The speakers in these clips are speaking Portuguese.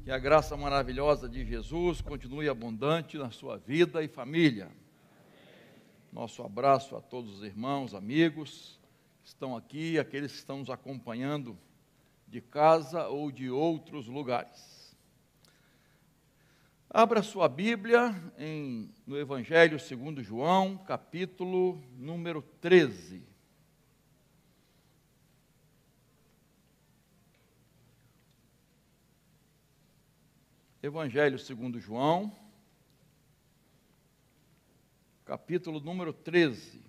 Que a graça maravilhosa de Jesus continue abundante na sua vida e família. Nosso abraço a todos os irmãos, amigos que estão aqui, aqueles que estão nos acompanhando de casa ou de outros lugares. Abra sua Bíblia no Evangelho segundo João, capítulo número 13. Evangelho segundo João, capítulo número 13.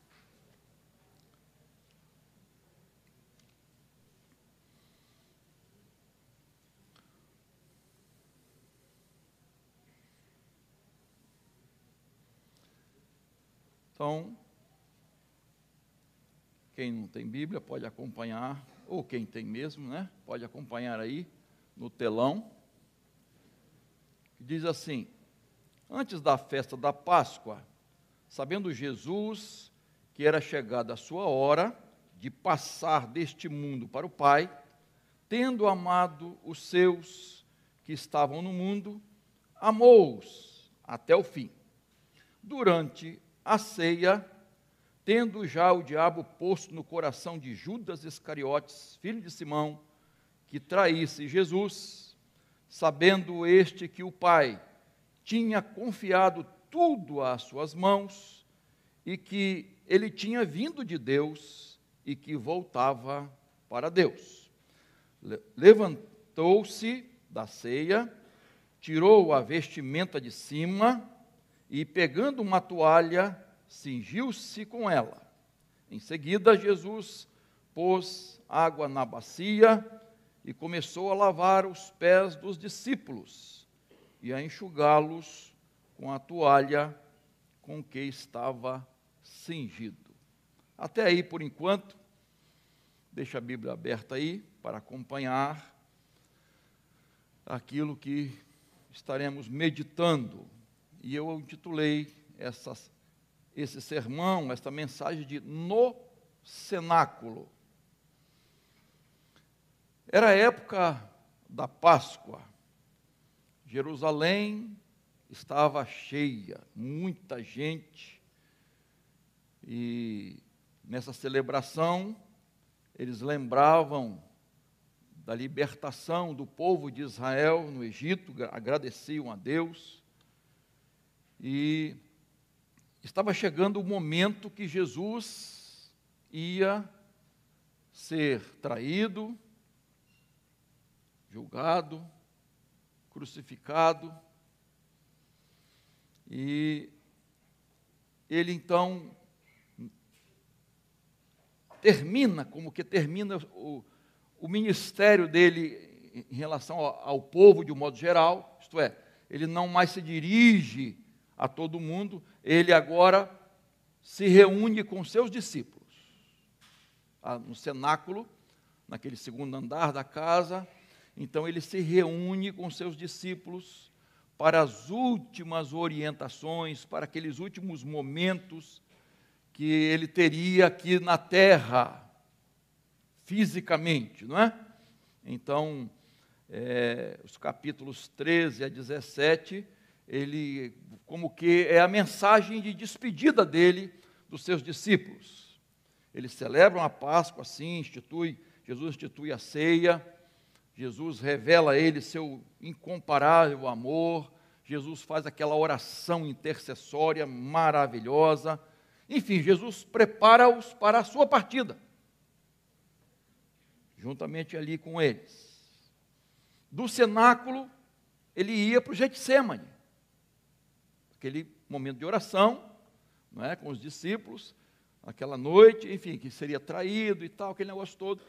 Então, quem não tem Bíblia pode acompanhar, ou quem tem mesmo, né? Pode acompanhar aí no telão. Diz assim: antes da festa da Páscoa, sabendo Jesus que era chegada a sua hora de passar deste mundo para o Pai, tendo amado os seus que estavam no mundo, amou-os até o fim. Durante a ceia, tendo já o diabo posto no coração de Judas Iscariotes, filho de Simão, que traísse Jesus, sabendo este que o Pai tinha confiado tudo às suas mãos e que ele tinha vindo de Deus e que voltava para Deus. Levantou-se da ceia, tirou a vestimenta de cima e, pegando uma toalha, cingiu-se com ela. Em seguida, Jesus pôs água na bacia e começou a lavar os pés dos discípulos e a enxugá-los com a toalha com que estava cingido. Até aí, por enquanto, deixa a Bíblia aberta aí para acompanhar aquilo que estaremos meditando. E eu intitulei esse sermão, esta mensagem de No Cenáculo. Era a época da Páscoa. Jerusalém estava cheia, muita gente. E nessa celebração, eles lembravam da libertação do povo de Israel no Egito, agradeciam a Deus. E estava chegando o momento que Jesus ia ser traído, julgado, crucificado, e ele então termina o ministério dele em relação ao povo de um modo geral, isto é, ele não mais se dirige a todo mundo, ele agora se reúne com seus discípulos, no cenáculo, naquele segundo andar da casa. Então ele se reúne com seus discípulos para as últimas orientações, para aqueles últimos momentos que ele teria aqui na terra, fisicamente, não é? Então, os capítulos 13 a 17, ele como que é a mensagem de despedida dele dos seus discípulos. Eles celebram a Páscoa, assim, Jesus institui a ceia. Jesus revela a ele seu incomparável amor. Jesus faz aquela oração intercessória maravilhosa. Enfim, Jesus prepara-os para a sua partida, juntamente ali com eles. Do cenáculo, ele ia para o Getsêmani, aquele momento de oração, não é, com os discípulos, aquela noite, enfim, que seria traído e tal, aquele negócio todo.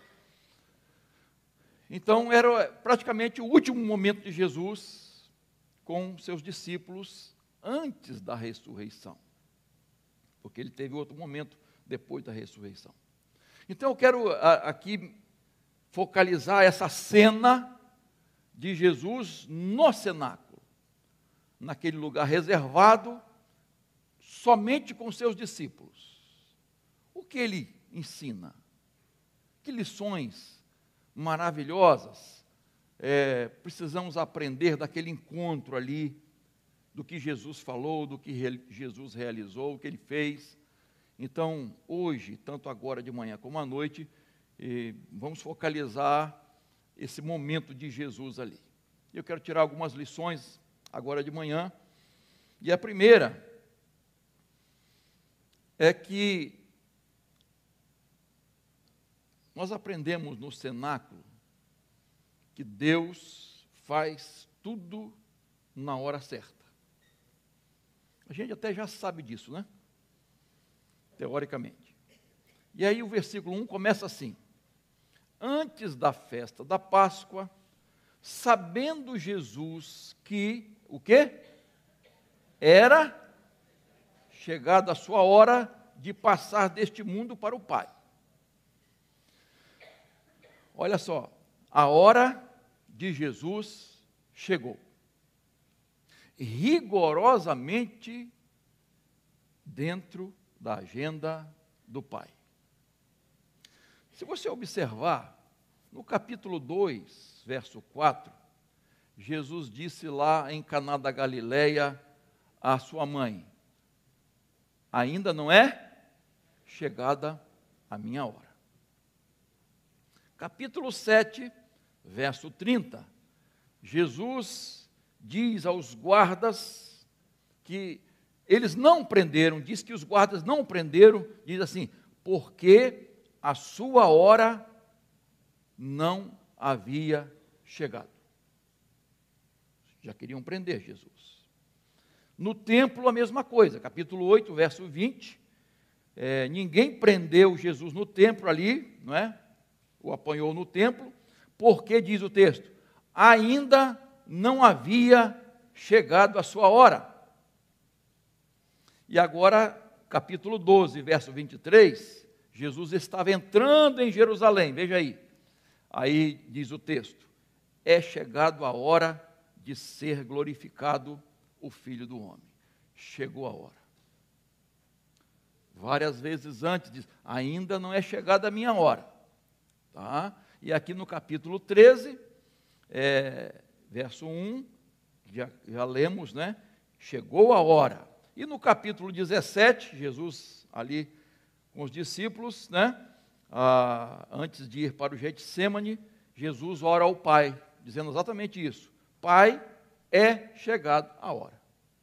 Então, era praticamente o último momento de Jesus com seus discípulos antes da ressurreição, porque ele teve outro momento depois da ressurreição. Então, eu quero aqui focalizar essa cena de Jesus no cenáculo, naquele lugar reservado somente com seus discípulos. O que ele ensina? Que lições maravilhosas precisamos aprender daquele encontro ali, do que Jesus falou, do que Jesus realizou, o que ele fez. Então, hoje, tanto agora de manhã como à noite, vamos focalizar esse momento de Jesus ali. Eu quero tirar algumas lições agora de manhã. E a primeira é que nós aprendemos no cenáculo que Deus faz tudo na hora certa. A gente até já sabe disso, né? Teoricamente. E aí o versículo 1 começa assim: antes da festa da Páscoa, sabendo Jesus que, o quê? Era chegada a sua hora de passar deste mundo para o Pai. Olha só, a hora de Jesus chegou. Rigorosamente dentro da agenda do Pai. Se você observar, no capítulo 2, verso 4, Jesus disse lá em Caná da Galileia à sua mãe: ainda não é chegada a minha hora. Capítulo 7, verso 30, Jesus diz aos guardas que eles não prenderam, diz que os guardas não prenderam, diz assim, porque a sua hora não havia chegado. Já queriam prender Jesus. No templo, a mesma coisa, capítulo 8, verso 20, ninguém prendeu Jesus no templo ali, não é? O apanhou no templo, porque, diz o texto, ainda não havia chegado a sua hora. E agora, capítulo 12, verso 23, Jesus estava entrando em Jerusalém, veja aí. Aí diz o texto, é chegado a hora de ser glorificado o Filho do Homem. Chegou a hora. Várias vezes antes diz, ainda não é chegada a minha hora. Tá? E aqui no capítulo 13, verso 1, já lemos, né? Chegou a hora. E no capítulo 17, Jesus ali com os discípulos, né? Antes de ir para o Getsêmani, Jesus ora ao Pai, dizendo exatamente isso. Pai, é chegado a hora.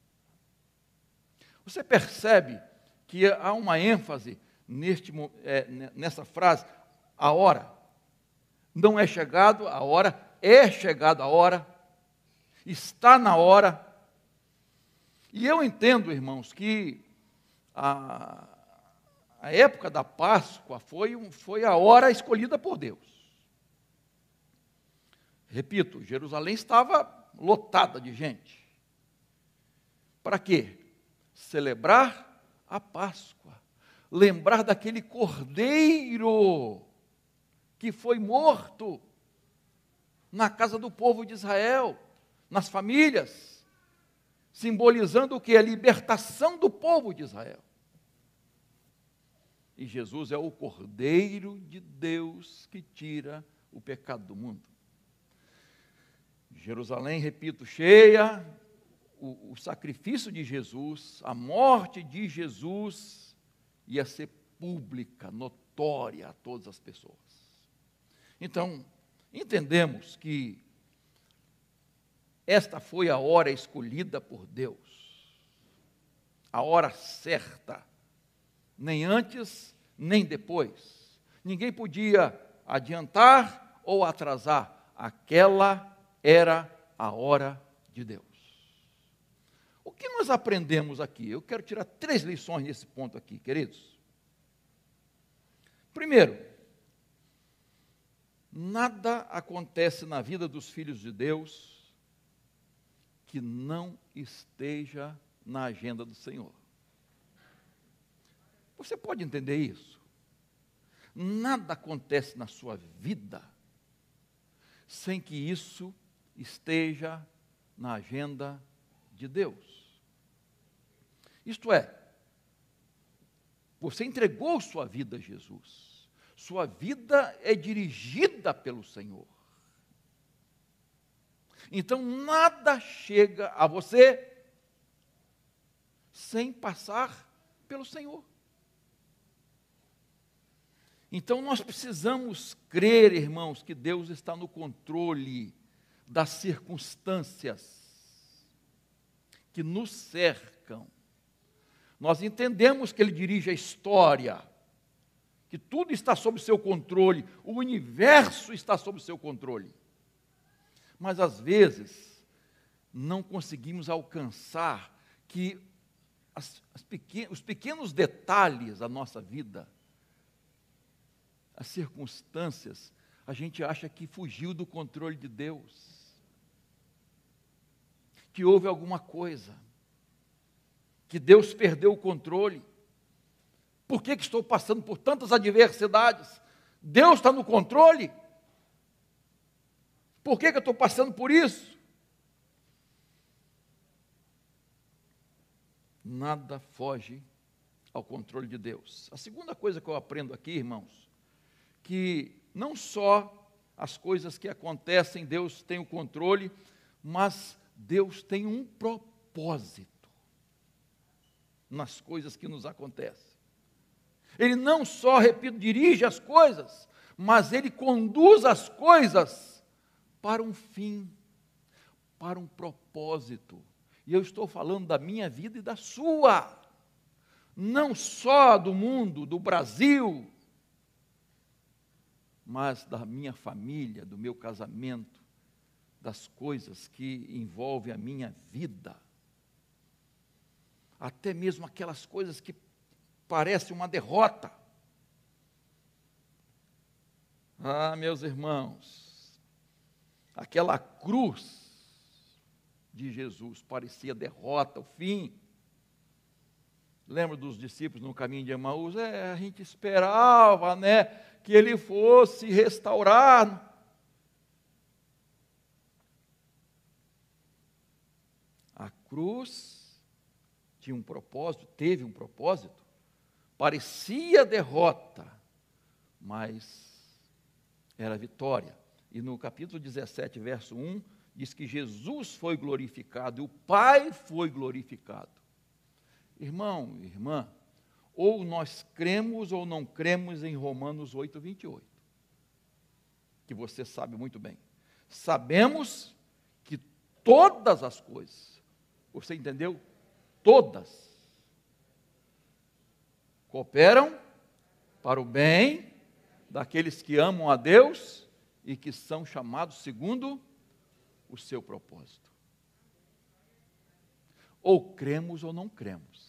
Você percebe que há uma ênfase nessa frase, a hora. Não é chegado a hora, é chegada a hora, está na hora. E eu entendo, irmãos, que a época da Páscoa foi a hora escolhida por Deus. Repito, Jerusalém estava lotada de gente. Para quê? Celebrar a Páscoa, lembrar daquele cordeiro que foi morto na casa do povo de Israel, nas famílias, simbolizando o que? A libertação do povo de Israel. E Jesus é o Cordeiro de Deus que tira o pecado do mundo. Jerusalém, repito, cheia, o sacrifício de Jesus, a morte de Jesus ia ser pública, notória a todas as pessoas. Então, entendemos que esta foi a hora escolhida por Deus, a hora certa, nem antes, nem depois. Ninguém podia adiantar ou atrasar, aquela era a hora de Deus. O que nós aprendemos aqui? Eu quero tirar 3 lições nesse ponto aqui, queridos. Primeiro, nada acontece na vida dos filhos de Deus que não esteja na agenda do Senhor. Você pode entender isso? Nada acontece na sua vida sem que isso esteja na agenda de Deus. Isto é, você entregou sua vida a Jesus. Sua vida é dirigida pelo Senhor. Então, nada chega a você sem passar pelo Senhor. Então, nós precisamos crer, irmãos, que Deus está no controle das circunstâncias que nos cercam. Nós entendemos que Ele dirige a história, que tudo está sob seu controle, o universo está sob seu controle. Mas, às vezes, não conseguimos alcançar que os pequenos detalhes da nossa vida, as circunstâncias, a gente acha que fugiu do controle de Deus, que houve alguma coisa, que Deus perdeu o controle. Por que estou passando por tantas adversidades? Deus está no controle? Por que eu estou passando por isso? Nada foge ao controle de Deus. A segunda coisa que eu aprendo aqui, irmãos, que não só as coisas que acontecem, Deus tem o controle, mas Deus tem um propósito nas coisas que nos acontecem. Ele não só, repito, dirige as coisas, mas Ele conduz as coisas para um fim, para um propósito. E eu estou falando da minha vida e da sua, não só do mundo, do Brasil, mas da minha família, do meu casamento, das coisas que envolvem a minha vida. Até mesmo aquelas coisas que parecem uma derrota. Ah, meus irmãos, aquela cruz de Jesus parecia derrota, o fim. Lembra dos discípulos no caminho de Emaús? A gente esperava, que Ele fosse restaurar. A cruz tinha um propósito, teve um propósito, parecia derrota, mas era vitória. E no capítulo 17, verso 1, diz que Jesus foi glorificado e o Pai foi glorificado. Irmão, irmã, ou nós cremos ou não cremos em Romanos 8, 28, que você sabe muito bem. Sabemos que todas as coisas, você entendeu? Todas cooperam para o bem daqueles que amam a Deus e que são chamados segundo o seu propósito. Ou cremos ou não cremos.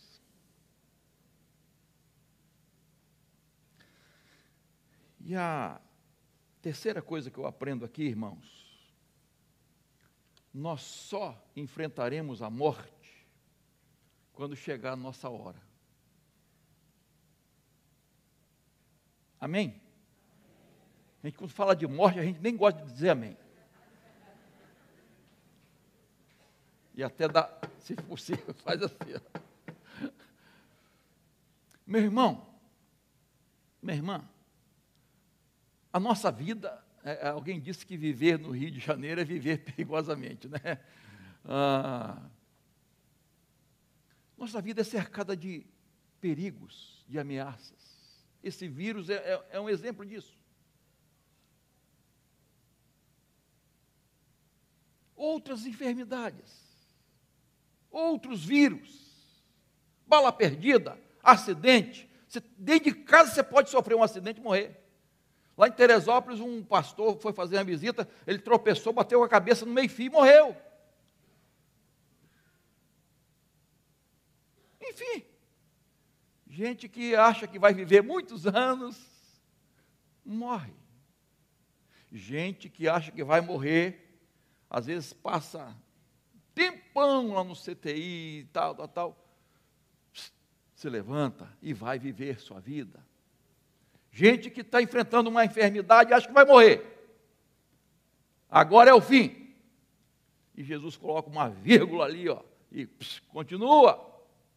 E a terceira coisa que eu aprendo aqui, irmãos, nós só enfrentaremos a morte quando chegar a nossa hora. Amém? A gente, quando fala de morte, a gente nem gosta de dizer amém. E até dá, se possível, faz assim. Meu irmão, minha irmã, a nossa vida, alguém disse que viver no Rio de Janeiro é viver perigosamente, nossa vida é cercada de perigos, de ameaças. Esse vírus é um exemplo disso. Outras enfermidades, outros vírus, bala perdida, acidente. Dentro de casa você pode sofrer um acidente e morrer. Lá em Teresópolis, um pastor foi fazer uma visita, ele tropeçou, bateu a cabeça no meio-fio e morreu. Enfim, gente que acha que vai viver muitos anos, morre. Gente que acha que vai morrer, às vezes passa tempão lá no CTI e tal, se levanta e vai viver sua vida. Gente que está enfrentando uma enfermidade e acha que vai morrer. Agora é o fim. E Jesus coloca uma vírgula ali, e continua.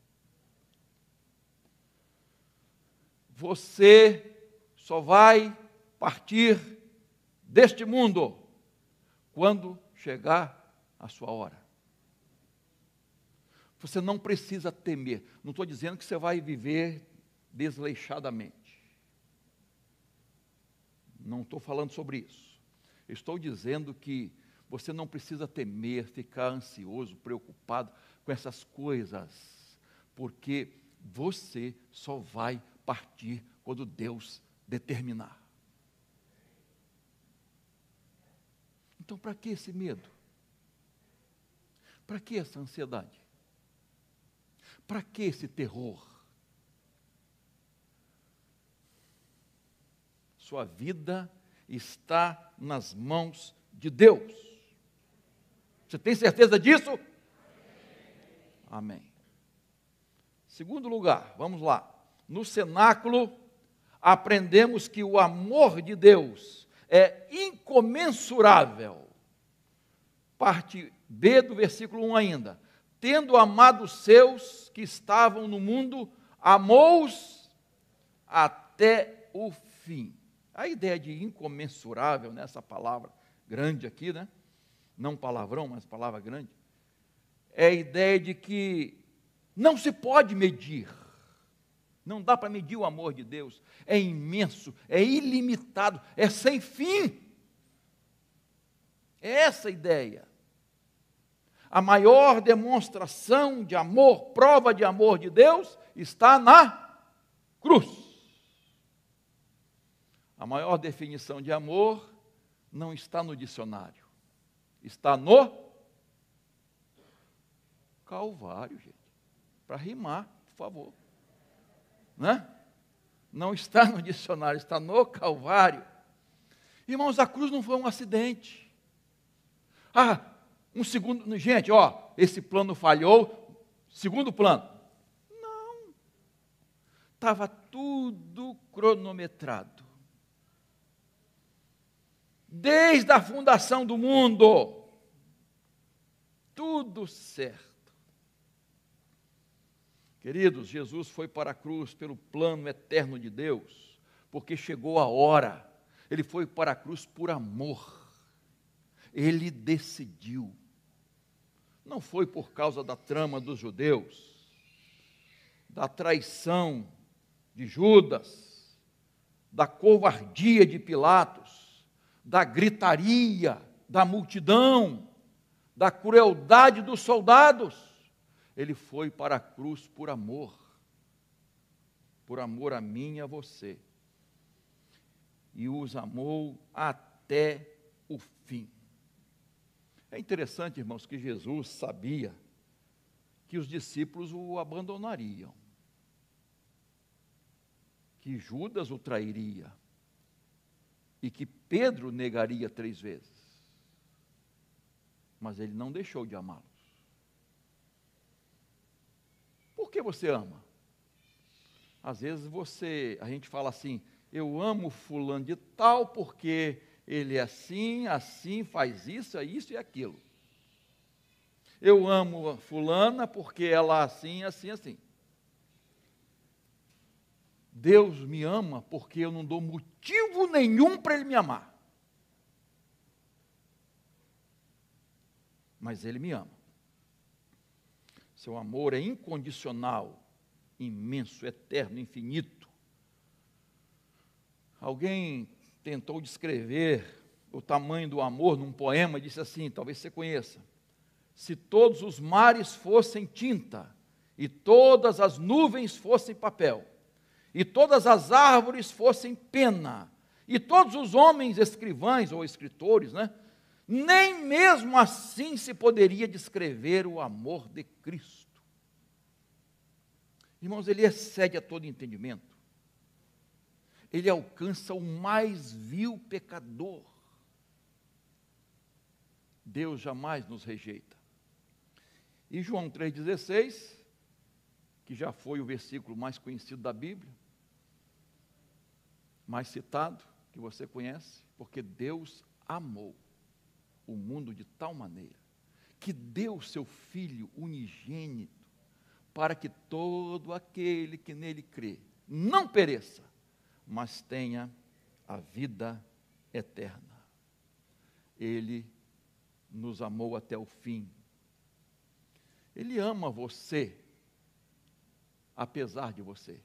Você só vai partir deste mundo quando chegar a sua hora. Você não precisa temer. Não estou dizendo que você vai viver desleixadamente. Não estou falando sobre isso. Estou dizendo que você não precisa temer, ficar ansioso, preocupado com essas coisas, porque você só vai partir quando Deus determinar. Então, para que esse medo? Para que essa ansiedade? Para que esse terror? Sua vida está nas mãos de Deus. Você tem certeza disso? Amém. Segundo lugar, vamos lá. No cenáculo, aprendemos que o amor de Deus é incomensurável. Parte B do versículo 1 ainda. Tendo amado os seus que estavam no mundo, amou-os até o fim. A ideia de incomensurável, nessa palavra grande aqui, né? Não palavrão, mas palavra grande, é a ideia de que não se pode medir. Não dá para medir o amor de Deus. É imenso, é ilimitado, é sem fim. É essa a ideia. A maior demonstração de amor, prova de amor de Deus, está na cruz. A maior definição de amor não está no dicionário. Está no Calvário, gente. Para rimar, por favor. Né? Não está no dicionário, está no Calvário. Irmãos, a cruz não foi um acidente. Um segundo, gente, esse plano falhou, segundo plano. Não. Estava tudo cronometrado. Desde a fundação do mundo, tudo certo. Queridos, Jesus foi para a cruz pelo plano eterno de Deus, porque chegou a hora. Ele foi para a cruz por amor. Ele decidiu. Não foi por causa da trama dos judeus, da traição de Judas, da covardia de Pilatos, da gritaria da multidão, da crueldade dos soldados. Ele foi para a cruz por amor a mim e a você. E os amou até o fim. É interessante, irmãos, que Jesus sabia que os discípulos o abandonariam, que Judas o trairia e que Pedro negaria 3 vezes. Mas ele não deixou de amá-los. Por que você ama? Às vezes a gente fala assim, eu amo fulano de tal porque ele é assim, assim, faz isso e aquilo. Eu amo fulana porque ela assim, assim, assim. Deus me ama porque eu não dou motivo nenhum para Ele me amar. Mas Ele me ama. Seu amor é incondicional, imenso, eterno, infinito. Alguém tentou descrever o tamanho do amor num poema, disse assim, talvez você conheça. Se todos os mares fossem tinta, e todas as nuvens fossem papel, e todas as árvores fossem pena, e todos os homens escrivães ou escritores, nem mesmo assim se poderia descrever o amor de Cristo. Irmãos, Ele excede a todo entendimento. Ele alcança o mais vil pecador. Deus jamais nos rejeita. E João 3,16, que já foi o versículo mais conhecido da Bíblia, mais citado, que você conhece, porque Deus amou o mundo de tal maneira, que deu seu Filho unigênito, para que todo aquele que nele crê, não pereça, mas tenha a vida eterna. Ele nos amou até o fim. Ele ama você, apesar de você.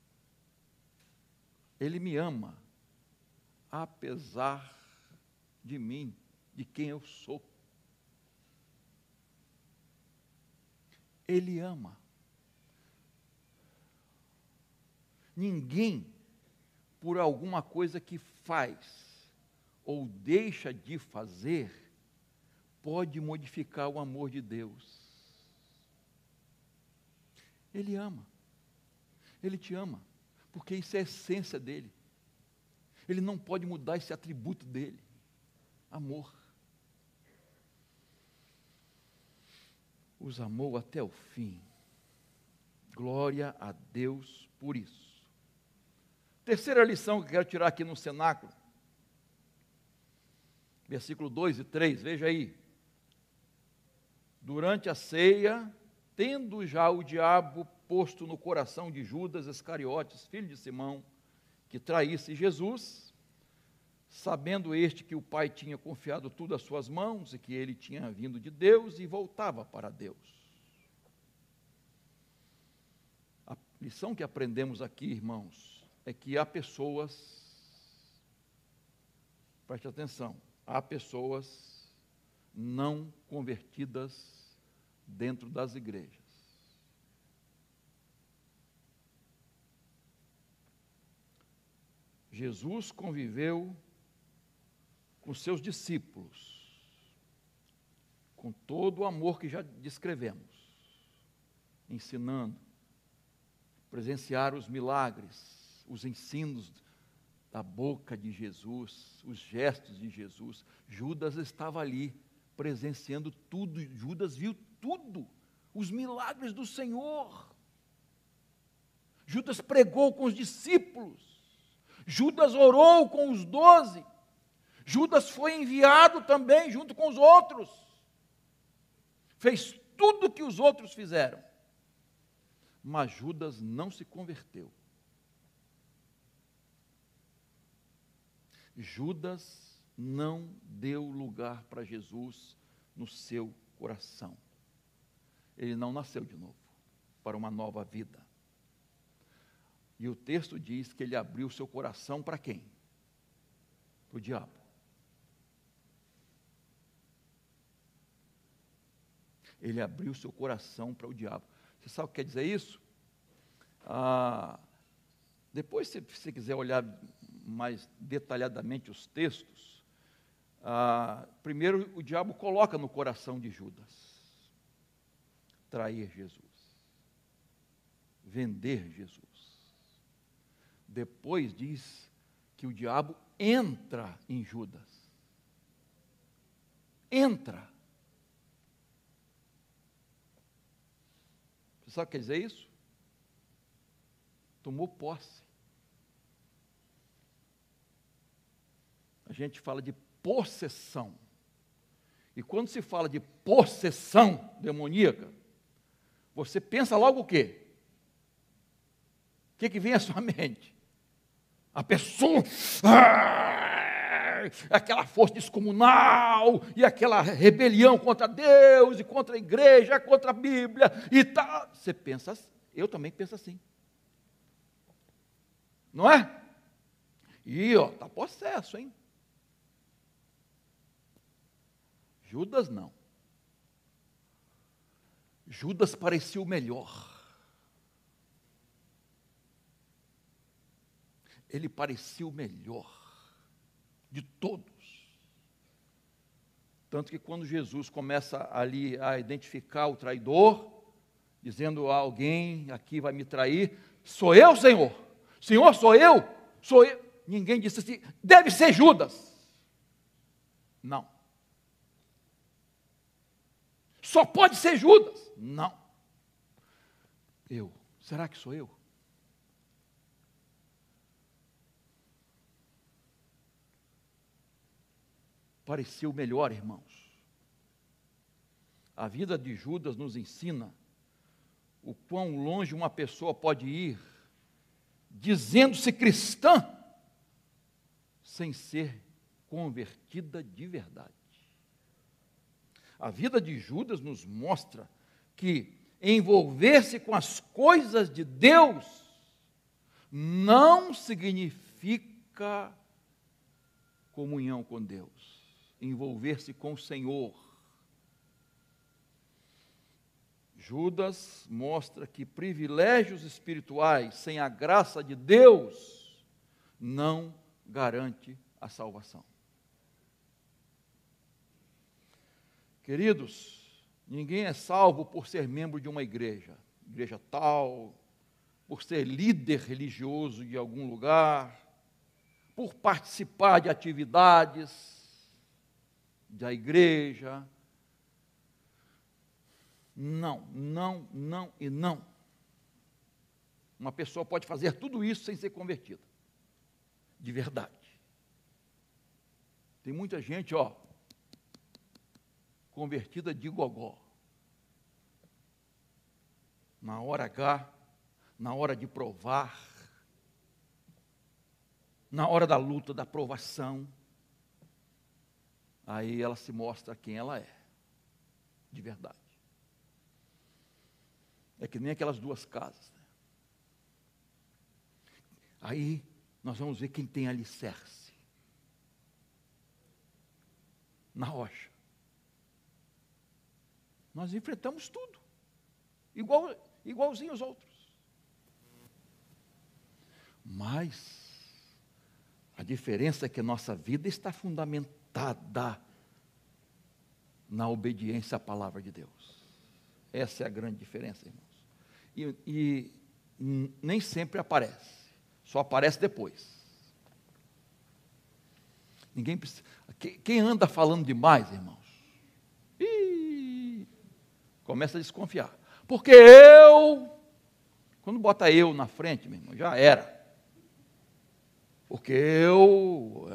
Ele me ama, apesar de mim, de quem eu sou. Ele ama. Ninguém, por alguma coisa que faz ou deixa de fazer, pode modificar o amor de Deus. Ele ama. Ele te ama, porque isso é a essência dele. Ele não pode mudar esse atributo dele, amor. Os amou até o fim. Glória a Deus por isso. Terceira lição que eu quero tirar aqui no cenáculo, versículo 2 e 3, veja aí. Durante a ceia, tendo já o diabo posto no coração de Judas Iscariotes, filho de Simão, que traísse Jesus, sabendo este que o Pai tinha confiado tudo às suas mãos e que ele tinha vindo de Deus e voltava para Deus. A lição que aprendemos aqui, irmãos, é que há pessoas, preste atenção, há pessoas não convertidas dentro das igrejas. Jesus conviveu com seus discípulos, com todo o amor que já descrevemos, ensinando, presenciar os milagres, os ensinos da boca de Jesus, os gestos de Jesus. Judas estava ali, presenciando tudo, Judas viu tudo, os milagres do Senhor. Judas pregou com os discípulos, Judas orou com os 12, Judas foi enviado também junto com os outros, fez tudo o que os outros fizeram, mas Judas não se converteu. Judas não deu lugar para Jesus no seu coração. Ele não nasceu de novo para uma nova vida. E o texto diz que ele abriu seu coração para quem? Para o diabo. Ele abriu seu coração para o diabo. Você sabe o que quer dizer isso? Depois, se você quiser olhar mais detalhadamente os textos, primeiro o diabo coloca no coração de Judas trair Jesus, vender Jesus. Depois diz que o diabo entra em Judas. Entra. Você sabe o que quer dizer isso? Tomou posse. A gente fala de possessão. E quando se fala de possessão demoníaca, você pensa logo o quê? O que vem à sua mente? A pessoa, aquela força descomunal, e aquela rebelião contra Deus, e contra a igreja, contra a Bíblia, e tal. Você pensa, eu também penso assim. Não é? E, está possesso, hein? Judas não. Judas parecia o melhor. Ele parecia o melhor de todos. Tanto que quando Jesus começa ali a identificar o traidor, dizendo a alguém, aqui vai me trair, sou eu, Senhor? Senhor, sou eu? Sou eu? Ninguém disse assim, deve ser Judas. Não. Só pode ser Judas. Não. Eu. Será que sou eu? Pareceu melhor, irmãos. A vida de Judas nos ensina o quão longe uma pessoa pode ir, dizendo-se cristã, sem ser convertida de verdade. A vida de Judas nos mostra que envolver-se com as coisas de Deus não significa comunhão com Deus. Envolver-se com o Senhor. Judas mostra que privilégios espirituais sem a graça de Deus não garante a salvação. Queridos, ninguém é salvo por ser membro de uma igreja tal, por ser líder religioso de algum lugar, por participar de atividades da igreja. Não, não, não e não. Uma pessoa pode fazer tudo isso sem ser convertida, de verdade. Tem muita gente, convertida de gogó. Na hora H, na hora de provar, na hora da luta, da provação, aí ela se mostra quem ela é, de verdade. É que nem aquelas duas casas. Né? Aí nós vamos ver quem tem alicerce. Na rocha. Nós enfrentamos tudo. Igualzinho aos outros. Mas a diferença é que nossa vida está fundamentada na obediência à palavra de Deus. Essa é a grande diferença, irmãos. E nem sempre aparece. Só aparece depois. Ninguém precisa. Quem anda falando demais, irmãos? Começa a desconfiar. Porque quando bota eu na frente, meu irmão, já era. Porque eu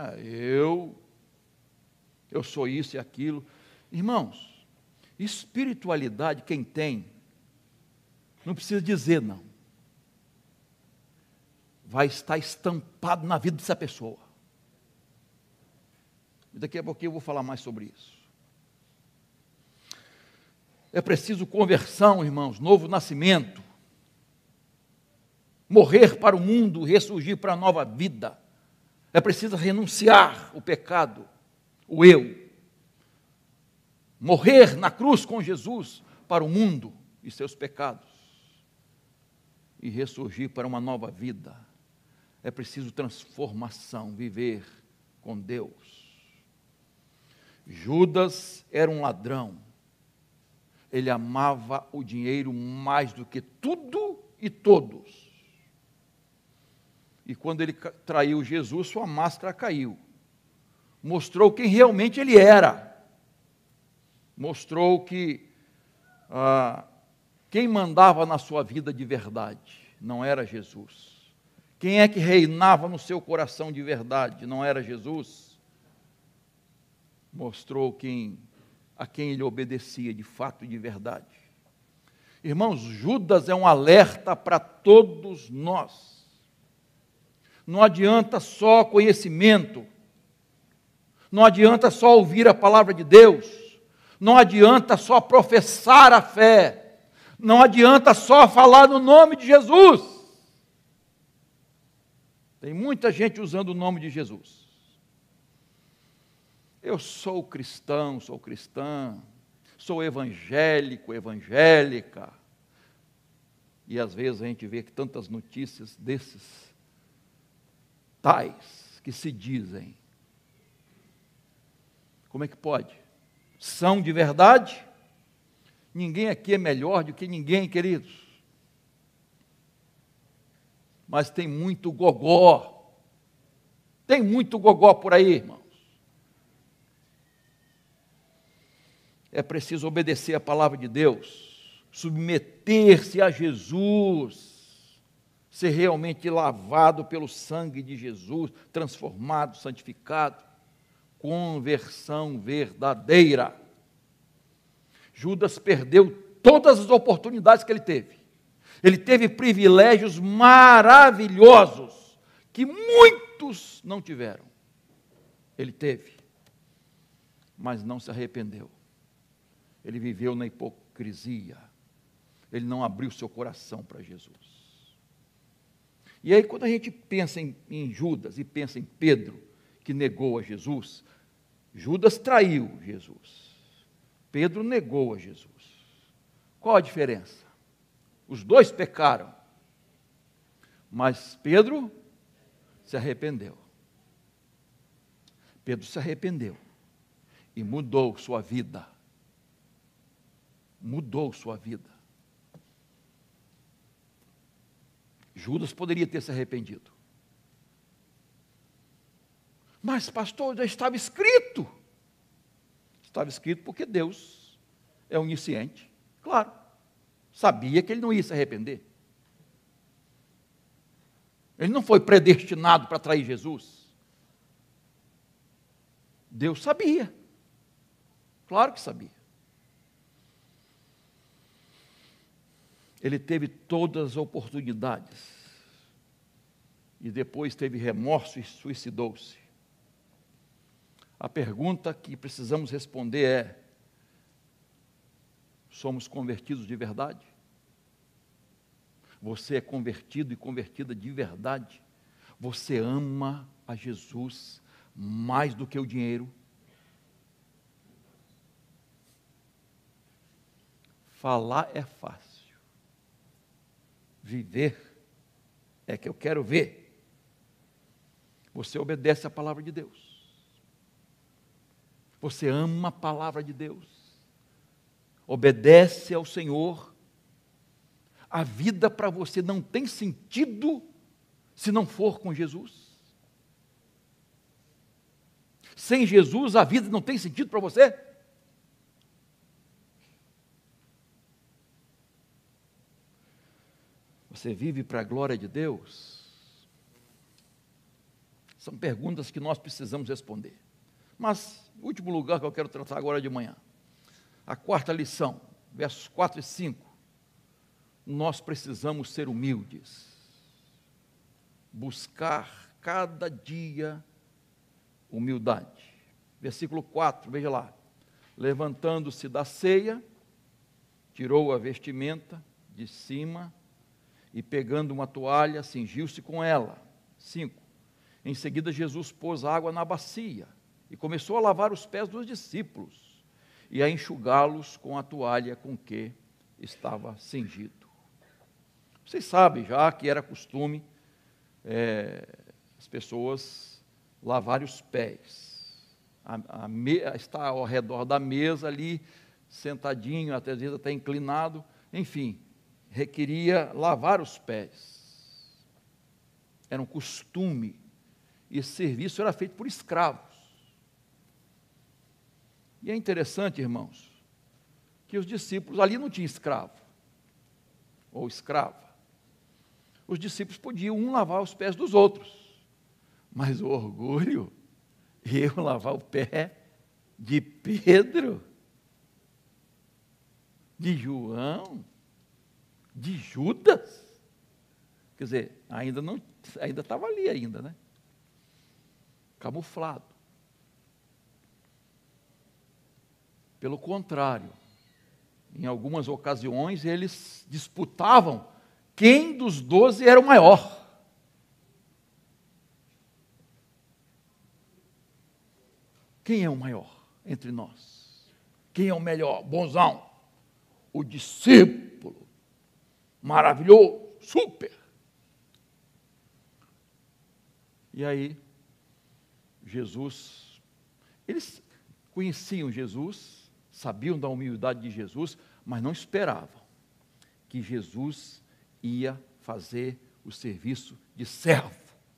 sou isso e aquilo. Irmãos, espiritualidade, quem tem, não precisa dizer não. Vai estar estampado na vida dessa pessoa. E daqui a pouquinho eu vou falar mais sobre isso. É preciso conversão, irmãos, novo nascimento. Morrer para o mundo, ressurgir para a nova vida. É preciso renunciar o pecado, o eu. Morrer na cruz com Jesus para o mundo e seus pecados. E ressurgir para uma nova vida. É preciso transformação, viver com Deus. Judas era um ladrão. Ele amava o dinheiro mais do que tudo e todos. E quando ele traiu Jesus, sua máscara caiu. Mostrou quem realmente ele era. Mostrou que quem mandava na sua vida de verdade não era Jesus. Quem é que reinava no seu coração de verdade não era Jesus. Mostrou a quem ele obedecia de fato e de verdade. Irmãos, Judas é um alerta para todos nós. Não adianta só conhecimento, não adianta só ouvir a palavra de Deus, não adianta só professar a fé, não adianta só falar no nome de Jesus. Tem muita gente usando o nome de Jesus. Eu sou cristão, sou cristã, sou evangélico, evangélica. E às vezes a gente vê que tantas notícias desses tais que se dizem. Como é que pode? São de verdade? Ninguém aqui é melhor do que ninguém, queridos. Mas tem muito gogó. Tem muito gogó por aí, irmãos. É preciso obedecer a palavra de Deus, submeter-se a Jesus, ser realmente lavado pelo sangue de Jesus, transformado, santificado, conversão verdadeira. Judas perdeu todas as oportunidades que ele teve. Ele teve privilégios maravilhosos que muitos não tiveram. Ele teve, mas não se arrependeu. Ele viveu na hipocrisia. Ele não abriu seu coração para Jesus. E aí, quando a gente pensa em Judas e pensa em Pedro, que negou a Jesus, Judas traiu Jesus. Pedro negou a Jesus. Qual a diferença? Os dois pecaram, mas Pedro se arrependeu. Pedro se arrependeu e mudou sua vida. Mudou sua vida. Judas poderia ter se arrependido. Mas, pastor, já estava escrito. Estava escrito porque Deus é onisciente. Claro, sabia que ele não ia se arrepender. Ele não foi predestinado para trair Jesus. Deus sabia. Claro que sabia. Ele teve todas as oportunidades. E depois teve remorso e suicidou-se. A pergunta que precisamos responder é: somos convertidos de verdade? Você é convertido e convertida de verdade? Você ama a Jesus mais do que o dinheiro? Falar é fácil. Viver é que eu quero ver. Você obedece à palavra de Deus. Você ama a palavra de Deus. Obedece ao Senhor. A vida para você não tem sentido se não for com Jesus. Sem Jesus, a vida não tem sentido para você. Você vive para a glória de Deus? São perguntas que nós precisamos responder. Mas, último lugar que eu quero tratar agora de manhã. A quarta lição, versos 4 e 5. Nós precisamos ser humildes. Buscar cada dia humildade. Versículo 4, veja lá. Levantando-se da ceia, tirou a vestimenta de cima e pegando uma toalha, cingiu-se com ela. 5. Em seguida, Jesus pôs água na bacia e começou a lavar os pés dos discípulos e a enxugá-los com a toalha com que estava cingido. Vocês sabem já que era costume as pessoas lavarem os pés. Está ao redor da mesa ali, sentadinho, até às vezes até inclinado, enfim, requeria lavar os pés. Era um costume. E esse serviço era feito por escravos. E é interessante, irmãos, que os discípulos, ali não tinha escravo, ou escrava. Os discípulos podiam um lavar os pés dos outros, mas o orgulho, eu lavar o pé de Pedro, de João, de Judas, quer dizer, ainda estava ali ainda, né? Camuflado. Pelo contrário, em algumas ocasiões eles disputavam quem dos 12 era o maior. Quem é o maior entre nós? Quem é o melhor? Bonzão. O discípulo. Maravilhoso. Super. E aí, Jesus, eles conheciam Jesus, sabiam da humildade de Jesus, mas não esperavam que Jesus ia fazer o serviço de servo.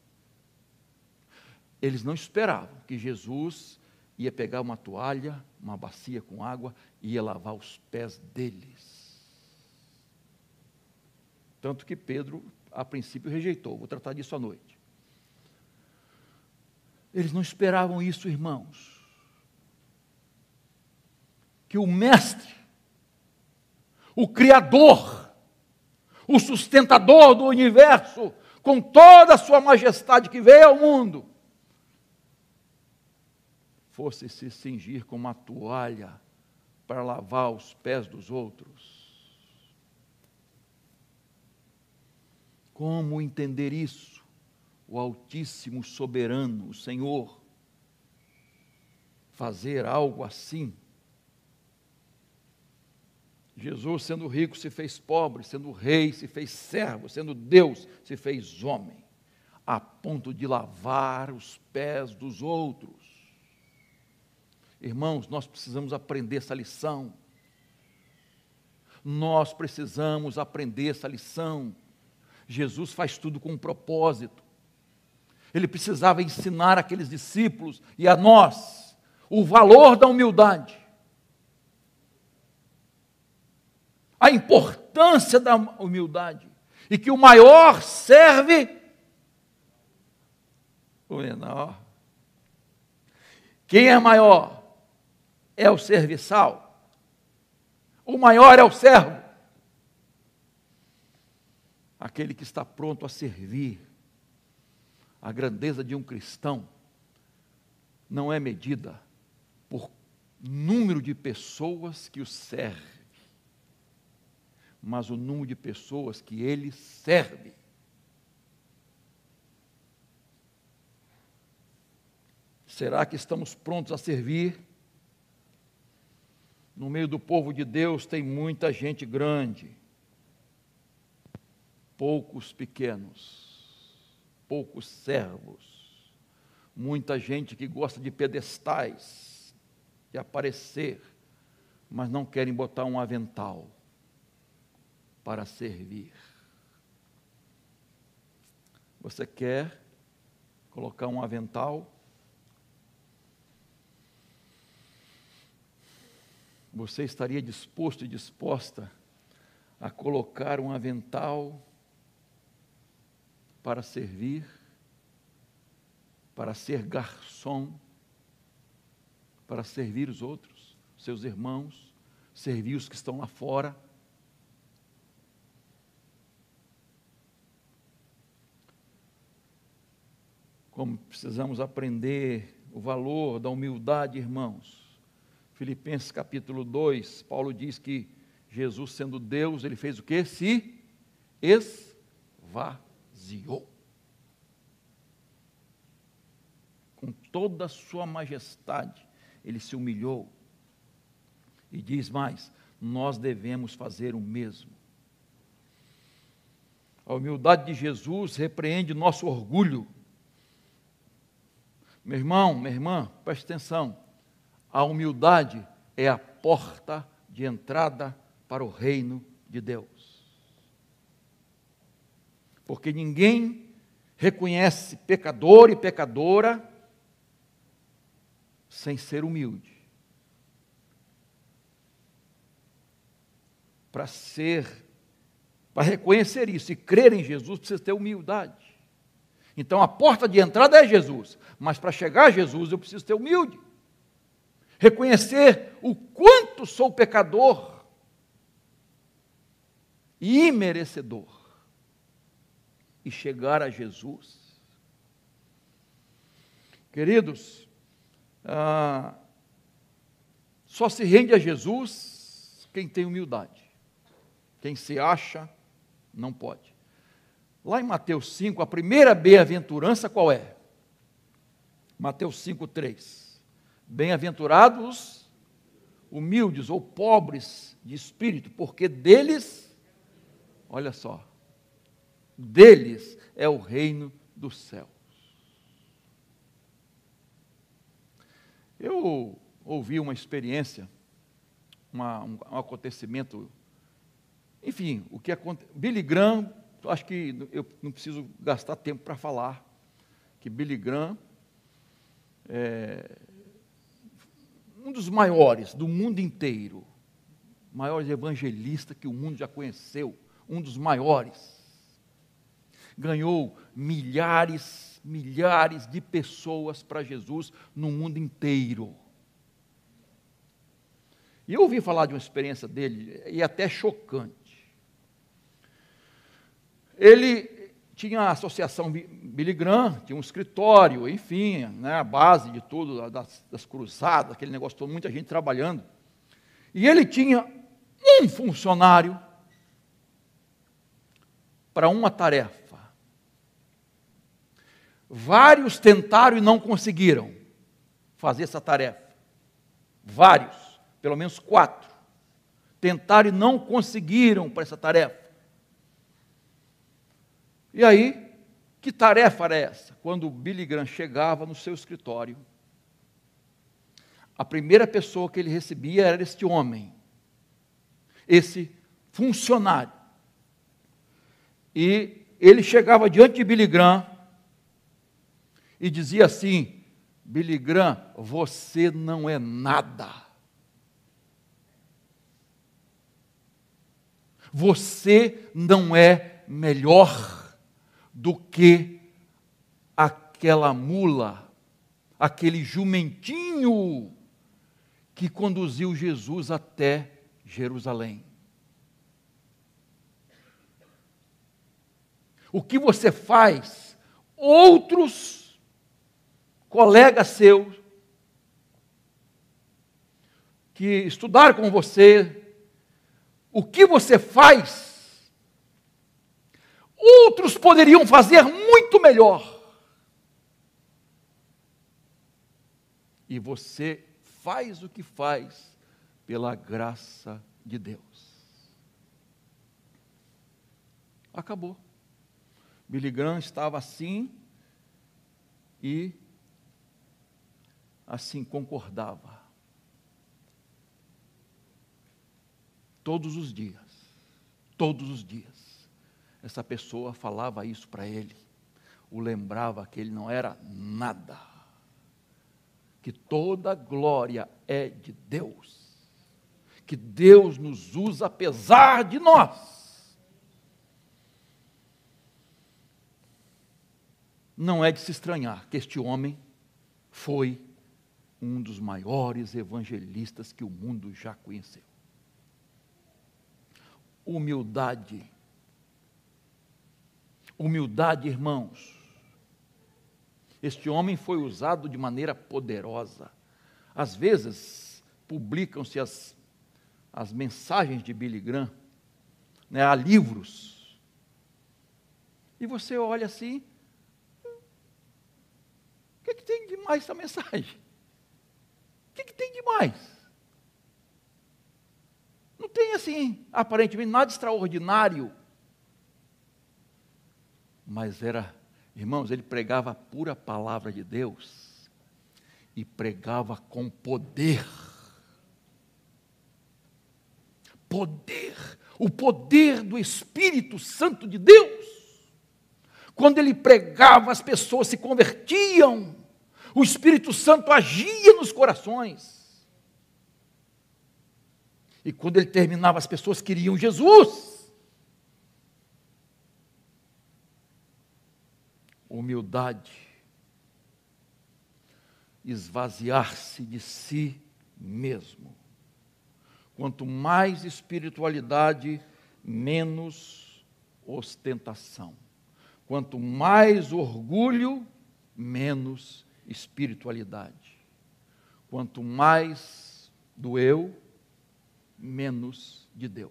Eles não esperavam que Jesus ia pegar uma toalha, uma bacia com água e ia lavar os pés deles. Tanto que Pedro, a princípio, rejeitou. Vou tratar disso à noite. Eles não esperavam isso, irmãos. Que o Mestre, o Criador, o sustentador do universo, com toda a sua majestade que veio ao mundo, fosse se cingir com uma toalha para lavar os pés dos outros. Como entender isso? O Altíssimo Soberano, o Senhor, fazer algo assim? Jesus, sendo rico, se fez pobre, sendo rei, se fez servo, sendo Deus, se fez homem, a ponto de lavar os pés dos outros. Irmãos, nós precisamos aprender essa lição. Nós precisamos aprender essa lição. Jesus faz tudo com um propósito. Ele precisava ensinar aqueles discípulos e a nós o valor da humildade, a importância da humildade, e que o maior serve o menor. Quem é maior é o serviçal, o maior é o servo, aquele que está pronto a servir. A grandeza de um cristão não é medida por número de pessoas que o serve, mas o número de pessoas que ele serve. Será que estamos prontos a servir? No meio do povo de Deus tem muita gente grande, poucos pequenos, poucos servos, muita gente que gosta de pedestais, de aparecer, mas não querem botar um avental para servir. Você quer colocar um avental? Você estaria disposto e disposta a colocar um avental para servir, para ser garçom, para servir os outros, seus irmãos, servir os que estão lá fora? Como precisamos aprender o valor da humildade, irmãos. Filipenses capítulo 2, Paulo diz que Jesus, sendo Deus, ele fez o quê? Se esvaziou. Com toda a sua majestade, ele se humilhou. E diz mais, nós devemos fazer o mesmo. A humildade de Jesus repreende nosso orgulho. Meu irmão, minha irmã, preste atenção. A humildade é a porta de entrada para o reino de Deus. Porque ninguém reconhece pecador e pecadora sem ser humilde. Para reconhecer isso e crer em Jesus, precisa ter humildade. Então a porta de entrada é Jesus, mas para chegar a Jesus eu preciso ter humilde. Reconhecer o quanto sou pecador e imerecedor, e chegar a Jesus. Queridos, só se rende a Jesus quem tem humildade. Quem se acha, não pode. Lá em Mateus 5, a primeira bem-aventurança qual é? Mateus 5, 3. Bem-aventurados humildes ou pobres de espírito, porque deles, olha só, deles é o reino dos céus. Eu ouvi uma experiência, um acontecimento, enfim, o que aconteceu. Billy Graham, acho que eu não preciso gastar tempo para falar, que Billy Graham um dos maiores do mundo inteiro, maiores evangelistas que o mundo já conheceu, um dos maiores, ganhou milhares de pessoas para Jesus no mundo inteiro. E eu ouvi falar de uma experiência dele, e até chocante. Ele tinha a associação Billy Graham, tinha um escritório, enfim, né, a base de tudo, das cruzadas, aquele negócio todo, muita gente trabalhando. E ele tinha um funcionário para uma tarefa. Vários tentaram e não conseguiram fazer essa tarefa. Vários, pelo menos 4, tentaram e não conseguiram para essa tarefa. E aí, que tarefa era essa? Quando o Billy Graham chegava no seu escritório, a primeira pessoa que ele recebia era este homem, esse funcionário. E ele chegava diante de Billy Graham e dizia assim: Billy Graham, você não é nada. Você não é melhor do que aquela mula, aquele jumentinho que conduziu Jesus até Jerusalém. O que você faz, outros colegas seus, que estudaram com você, o que você faz, outros poderiam fazer muito melhor. E você faz o que faz pela graça de Deus. Acabou. Billy Graham estava assim e assim concordava. Todos os dias. Essa pessoa falava isso para ele, o lembrava que ele não era nada, que toda glória é de Deus, que Deus nos usa apesar de nós. Não é de se estranhar que este homem foi um dos maiores evangelistas que o mundo já conheceu. Humildade, irmãos. Este homem foi usado de maneira poderosa. Às vezes, publicam-se as mensagens de Billy Graham, né, há livros. E você olha assim, o que tem de mais essa mensagem? O que tem de mais? Não tem assim, aparentemente, nada extraordinário. Mas era, irmãos, ele pregava a pura palavra de Deus e pregava com poder. O poder do Espírito Santo de Deus. Quando ele pregava, as pessoas se convertiam, o Espírito Santo agia nos corações. E quando ele terminava, as pessoas queriam Jesus. Humildade, esvaziar-se de si mesmo. Quanto mais espiritualidade, menos ostentação. Quanto mais orgulho, menos espiritualidade. Quanto mais do eu, menos de Deus.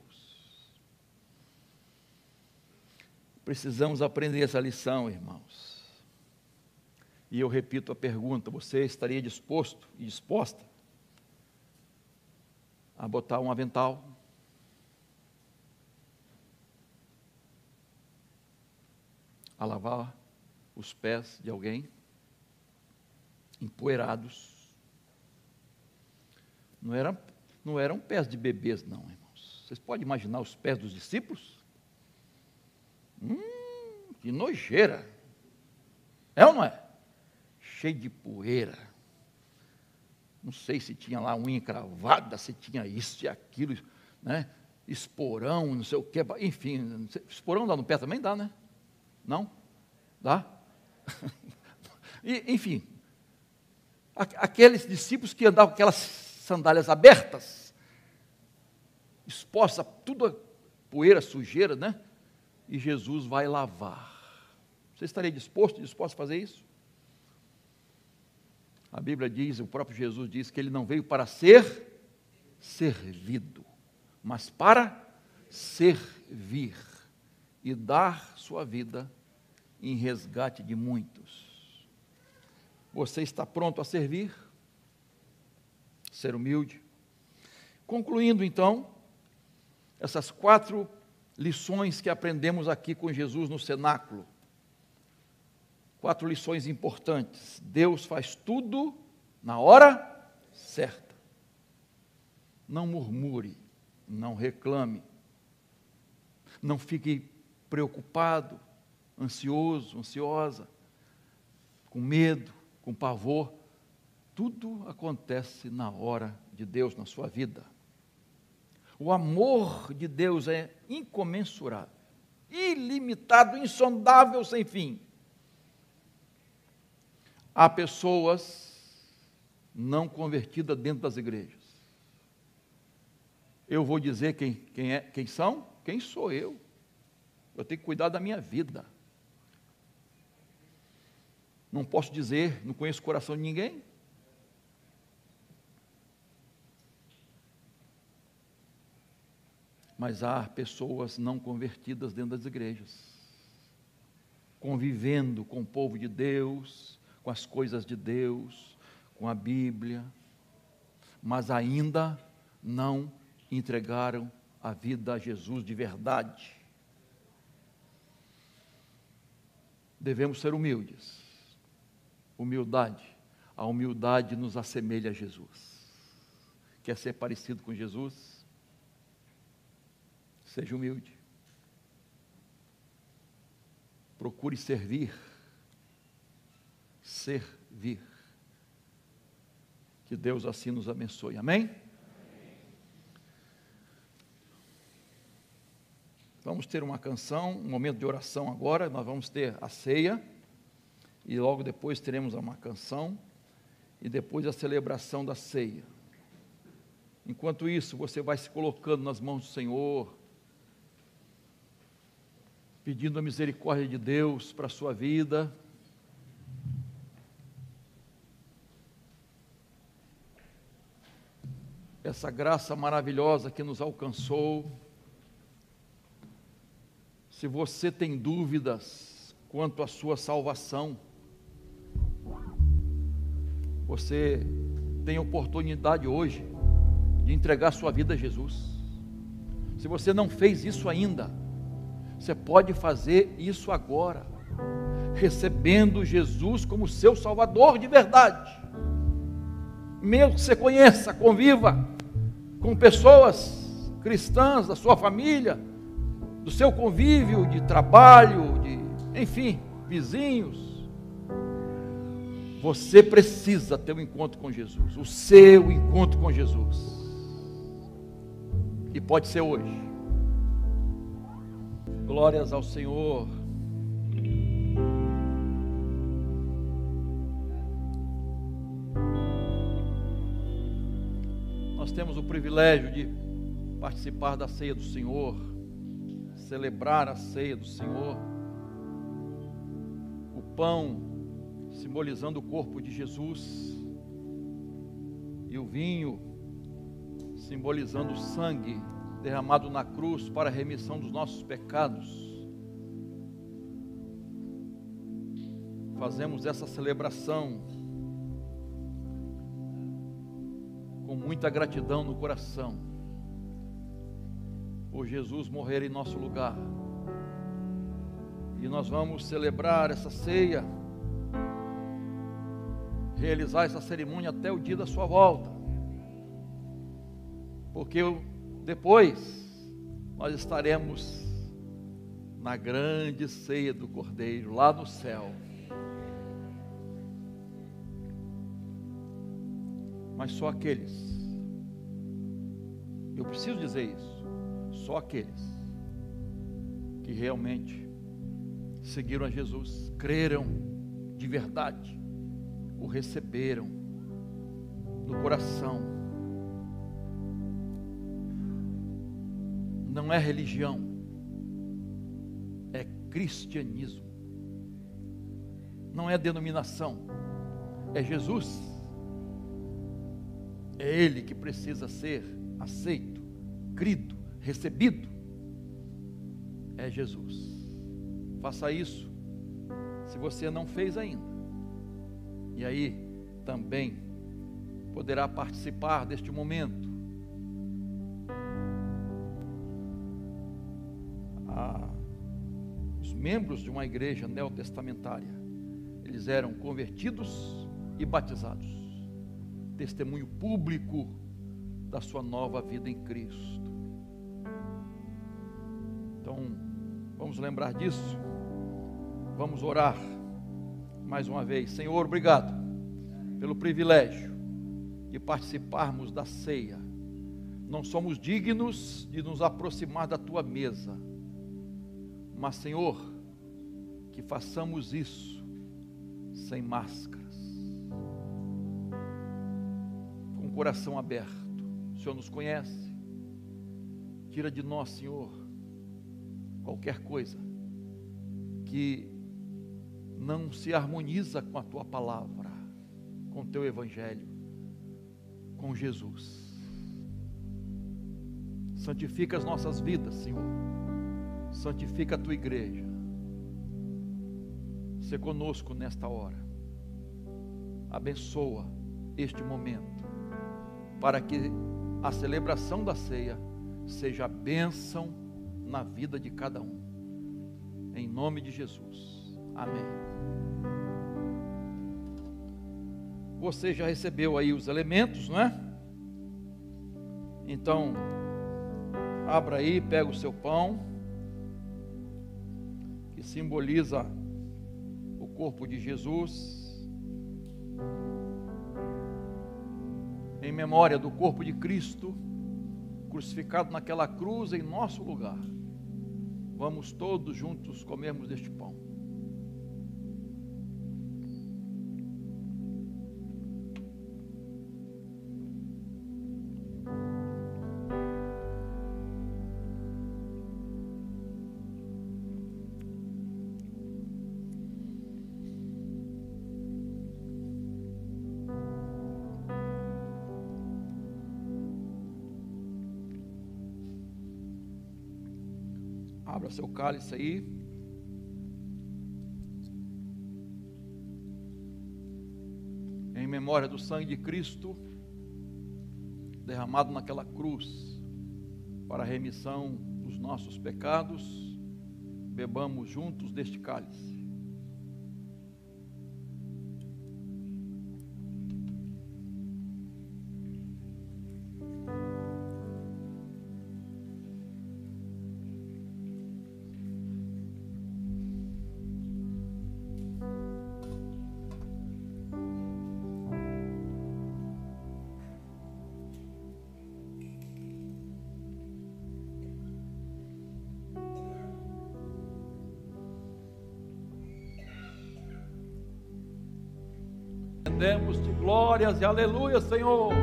Precisamos aprender essa lição, irmãos. E eu repito a pergunta: você estaria disposto e disposta a botar um avental, a lavar os pés de alguém empoeirados? Não eram pés de bebês, não, irmãos. Vocês podem imaginar os pés dos discípulos? Que nojeira. É ou não é? Cheio de poeira. Não sei se tinha lá unha encravada, se tinha isso e aquilo, né? Esporão, não sei o que, enfim. Esporão dá no pé também? Dá, né? Não? Dá? E, enfim, aqueles discípulos que andavam com aquelas sandálias abertas, exposta tudo a poeira, sujeira, né? E Jesus vai lavar. Você estaria disposto a fazer isso? A Bíblia diz, o próprio Jesus diz que ele não veio para ser servido, mas para servir e dar sua vida em resgate de muitos. Você está pronto a servir? Ser humilde? Concluindo então, essas 4 lições que aprendemos aqui com Jesus no cenáculo. 4 lições importantes. Deus faz tudo na hora certa. Não murmure, não reclame, não fique preocupado, ansioso, ansiosa, com medo, com pavor. Tudo acontece na hora de Deus na sua vida. O amor de Deus é incomensurável, ilimitado, insondável, sem fim. Há pessoas não convertidas dentro das igrejas. Eu vou dizer quem são? Quem sou eu? Eu tenho que cuidar da minha vida. Não posso dizer, não conheço o coração de ninguém. Mas há pessoas não convertidas dentro das igrejas, convivendo com o povo de Deus, com as coisas de Deus, com a Bíblia, mas ainda não entregaram a vida a Jesus de verdade. Devemos ser humildes. Humildade. A humildade nos assemelha a Jesus. Quer ser parecido com Jesus? Seja humilde. Procure servir. Servir. Que Deus assim nos abençoe. Amém? Vamos ter uma canção, um momento de oração agora. Nós vamos ter a ceia. E logo depois teremos uma canção. E depois a celebração da ceia. Enquanto isso, você vai se colocando nas mãos do Senhor, pedindo a misericórdia de Deus para a sua vida. Essa graça maravilhosa que nos alcançou. Se você tem dúvidas quanto à sua salvação, você tem oportunidade hoje de entregar sua vida a Jesus. Se você não fez isso ainda, você pode fazer isso agora, recebendo Jesus como seu Salvador de verdade. Mesmo que você conheça, conviva com pessoas cristãs da sua família, do seu convívio de trabalho, enfim, vizinhos. Você precisa ter um encontro com Jesus, o seu encontro com Jesus. E pode ser hoje. Glórias ao Senhor. Nós temos o privilégio de participar da ceia do Senhor, celebrar a ceia do Senhor. O pão simbolizando o corpo de Jesus e o vinho simbolizando o sangue derramado na cruz para a remissão dos nossos pecados. Fazemos essa celebração com muita gratidão no coração, por Jesus morrer em nosso lugar. E nós vamos celebrar essa ceia, realizar essa cerimônia até o dia da sua volta, porque depois nós estaremos na grande ceia do Cordeiro, lá no céu. Mas só aqueles, eu preciso dizer isso, só aqueles que realmente seguiram a Jesus, creram de verdade, o receberam no coração. Não é religião, é cristianismo. Não é denominação, é Jesus. É Ele que precisa ser aceito, crido, recebido, é Jesus. Faça isso, se você não fez ainda. E aí também poderá participar deste momento. Os membros de uma igreja neotestamentária, eles eram convertidos e batizados, testemunho público da sua nova vida em Cristo. Então, vamos lembrar disso, vamos orar mais uma vez. Senhor, obrigado pelo privilégio de participarmos da ceia. Não somos dignos de nos aproximar da tua mesa, mas, Senhor, que façamos isso sem máscaras, com o coração aberto. O Senhor nos conhece. Tira de nós, Senhor, qualquer coisa que não se harmoniza com a tua palavra, com o teu evangelho, com Jesus. Santifica as nossas vidas, Senhor. Santifica a tua igreja. Sê conosco nesta hora. Abençoa este momento, para que a celebração da ceia seja bênção na vida de cada um. Em nome de Jesus. Amém. Você já recebeu aí os elementos, não é? Então, abra aí, pega o seu pão, que simboliza o corpo de Jesus, em memória do corpo de Cristo, crucificado naquela cruz em nosso lugar. Vamos todos juntos comermos deste pão. Abra seu cálice aí. Em memória do sangue de Cristo, derramado naquela cruz, para a remissão dos nossos pecados, bebamos juntos deste cálice. Rendemos-te glórias e aleluia, Senhor.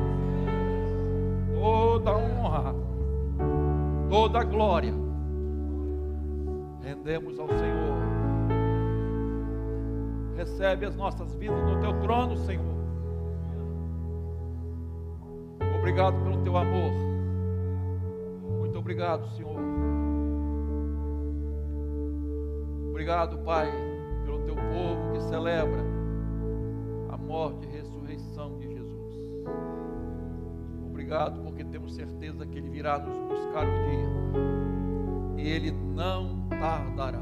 Toda honra, toda glória, rendemos ao Senhor. Recebe as nossas vidas no teu trono, Senhor. Obrigado pelo teu amor. Muito obrigado, Senhor. Obrigado, Pai, pelo teu povo que celebra morte e ressurreição de Jesus. Obrigado porque temos certeza que Ele virá nos buscar um dia, e Ele não tardará.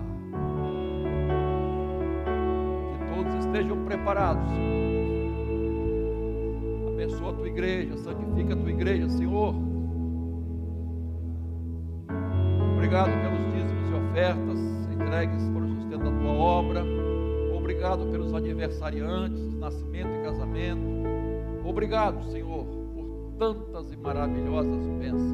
Que todos estejam preparados, Senhor. Abençoa a tua igreja, santifica a tua igreja, Senhor. Obrigado pelos dízimos e ofertas entregues para o sustento da tua obra. Obrigado pelos aniversariantes de nascimento e casamento. Obrigado, Senhor, por tantas e maravilhosas bênçãos.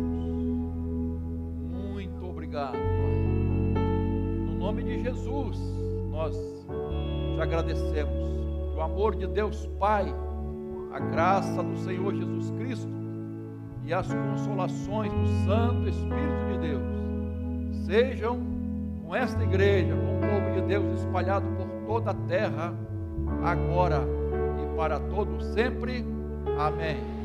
Muito obrigado, Pai. No nome de Jesus, nós te agradecemos. Que o amor de Deus Pai, a graça do Senhor Jesus Cristo e as consolações do Santo Espírito de Deus sejam com esta igreja, com o povo de Deus espalhado por toda a terra, agora e para todo sempre. Amém.